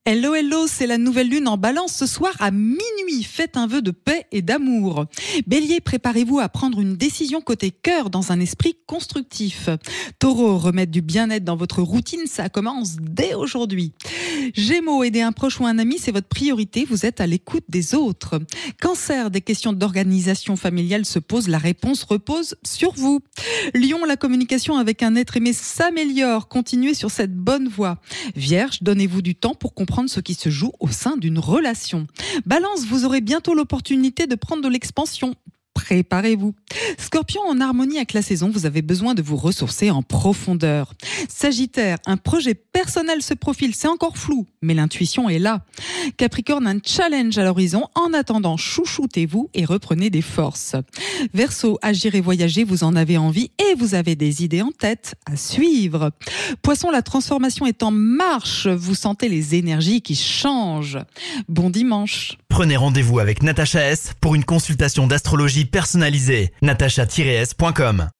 Hello, hello, c'est la nouvelle lune en Balance ce soir à minuit. Faites un vœu de paix et d'amour. Bélier, préparez-vous à prendre une décision côté cœur dans un esprit constructif. Taureau, remettre du bien-être dans votre routine, ça commence dès aujourd'hui. Gémeaux, aider un proche ou un ami, c'est votre priorité, vous êtes à l'écoute des autres. Cancer, des questions d'organisation familiale se posent, la réponse repose sur vous. Lion, la communication avec un être aimé s'améliore, continuez sur cette bonne voie. Vierge, donnez-vous du temps pour comprendre ce qui se joue au sein d'une relation. Balance, vous aurez bientôt l'opportunité de prendre de l'expansion. Préparez-vous. Scorpion, en harmonie avec la saison, vous avez besoin de vous ressourcer en profondeur. Sagittaire, un projet personnel se profile, c'est encore flou, mais l'intuition est là. Capricorne, un challenge à l'horizon. En attendant, chouchoutez-vous et reprenez des forces. Verseau, agir et voyager, vous en avez envie et vous avez des idées en tête à suivre. Poisson, la transformation est en marche, vous sentez les énergies qui changent. Bon dimanche. Prenez rendez-vous avec Natacha S pour une consultation d'astrologie personnalisée. natacha-s.com